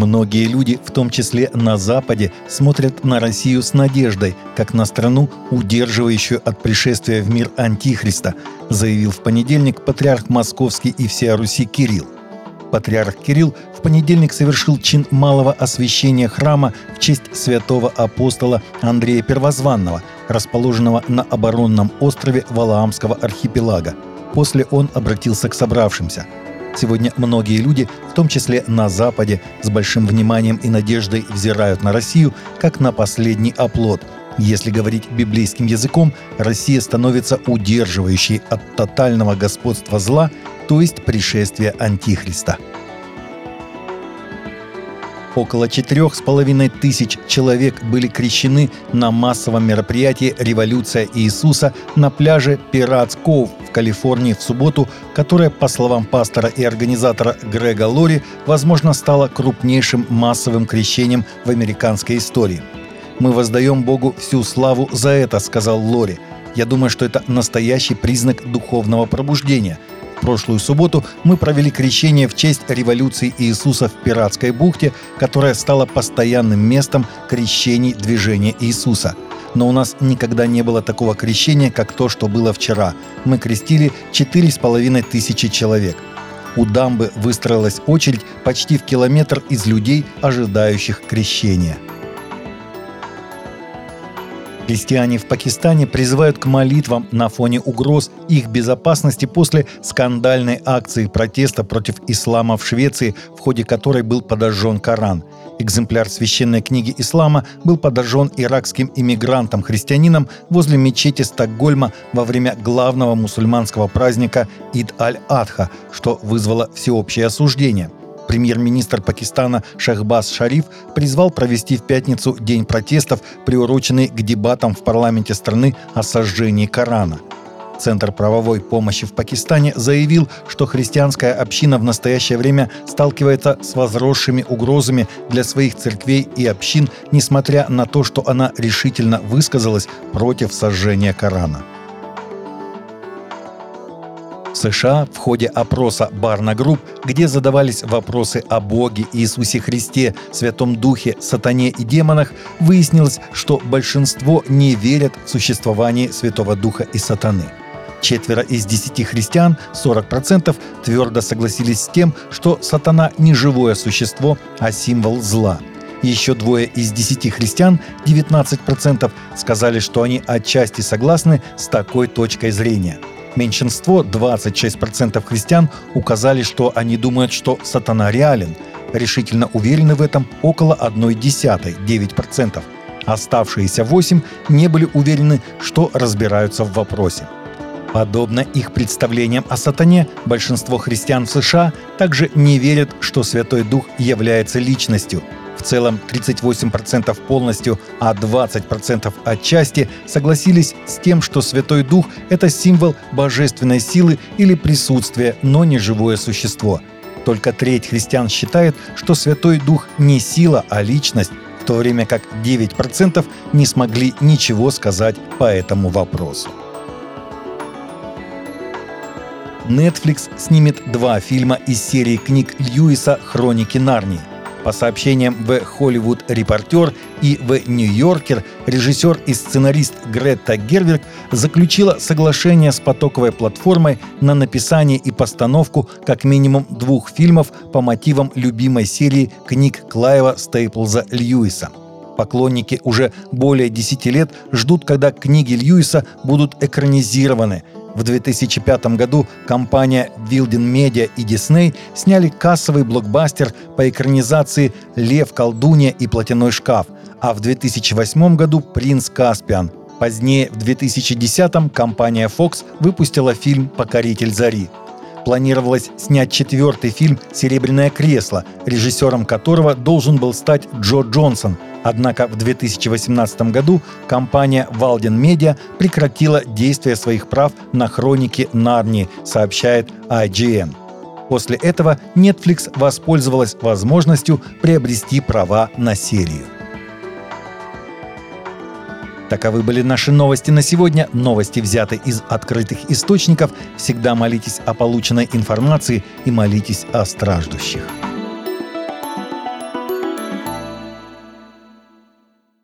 Многие люди, в том числе на Западе, смотрят на Россию с надеждой, как на страну, удерживающую от пришествия в мир Антихриста, заявил в понедельник патриарх Московский и всея Руси Кирилл. Патриарх Кирилл в понедельник совершил чин малого освящения храма в честь святого апостола Андрея Первозванного, расположенного на оборонном острове Валаамского архипелага. После он обратился к собравшимся. Сегодня многие люди, в том числе на Западе, с большим вниманием и надеждой взирают на Россию, как на последний оплот. Если говорить библейским языком, Россия становится удерживающей от тотального господства зла, то есть пришествия Антихриста. Около 4500 человек были крещены на массовом мероприятии «Революция Иисуса» на пляже Пиратс Коув в Калифорнии в субботу, которое, по словам пастора и организатора Грега Лори, возможно, стало крупнейшим массовым крещением в американской истории. «Мы воздаем Богу всю славу за это», — сказал Лори. «Я думаю, что это настоящий признак духовного пробуждения. В прошлую субботу мы провели крещение в честь революции Иисуса в Пиратской бухте, которая стала постоянным местом крещений движения Иисуса. Но у нас никогда не было такого крещения, как то, что было вчера. Мы крестили 4500 человек. У дамбы выстроилась очередь почти в километр из людей, ожидающих крещения». Христиане в Пакистане призывают к молитвам на фоне угроз их безопасности после скандальной акции протеста против ислама в Швеции, в ходе которой был подожжен Коран. Экземпляр священной книги ислама был подожжен иракским иммигрантом-христианином возле мечети Стокгольма во время главного мусульманского праздника Ид-аль-Адха, что вызвало всеобщее осуждение. Премьер-министр Пакистана Шахбаз Шариф призвал провести в пятницу день протестов, приуроченный к дебатам в парламенте страны о сожжении Корана. Центр правовой помощи в Пакистане заявил, что христианская община в настоящее время сталкивается с возросшими угрозами для своих церквей и общин, несмотря на то, что она решительно высказалась против сожжения Корана. В США в ходе опроса Барна Групп, где задавались вопросы о Боге, Иисусе Христе, Святом Духе, сатане и демонах, выяснилось, что большинство не верят в существование Святого Духа и сатаны. 4 из 10 христиан, 40%, твердо согласились с тем, что сатана не живое существо, а символ зла. Еще 2 из 10 христиан, 19%, сказали, что они отчасти согласны с такой точкой зрения. Меньшинство, 26% христиан, указали, что они думают, что сатана реален. Решительно уверены в этом около 1/10, 9%. Оставшиеся 8 не были уверены, что разбираются в вопросе. Подобно их представлениям о сатане, большинство христиан в США также не верят, что Святой Дух является личностью. В целом 38% полностью, а 20% отчасти согласились с тем, что Святой Дух – это символ божественной силы или присутствия, но не живое существо. Только треть христиан считает, что Святой Дух не сила, а личность, в то время как 9% не смогли ничего сказать по этому вопросу. Netflix снимет 2 фильма из серии книг Льюиса «Хроники Нарнии». По сообщениям в Hollywood Reporter и в New Yorker, режиссер и сценарист Грета Гервиг заключила соглашение с потоковой платформой на написание и постановку как минимум 2 фильмов по мотивам любимой серии книг Клайва Стейплза Льюиса. Поклонники уже более 10 лет ждут, когда книги Льюиса будут экранизированы. В 2005 году компания Wildin Media и Disney сняли кассовый блокбастер по экранизации «Лев, колдунья и платяной шкаф», а в 2008 году «Принц Каспиан». Позднее, в 2010-м, компания Fox выпустила фильм «Покоритель зари». Планировалось снять 4-й фильм «Серебряное кресло», режиссером которого должен был стать Джо Джонсон. Однако в 2018 году компания Wildin Media прекратила действие своих прав на «Хроники Нарнии», сообщает IGN. После этого Netflix воспользовалась возможностью приобрести права на серию. Таковы были наши новости на сегодня. Новости взяты из открытых источников. Всегда молитесь о полученной информации и молитесь о страждущих.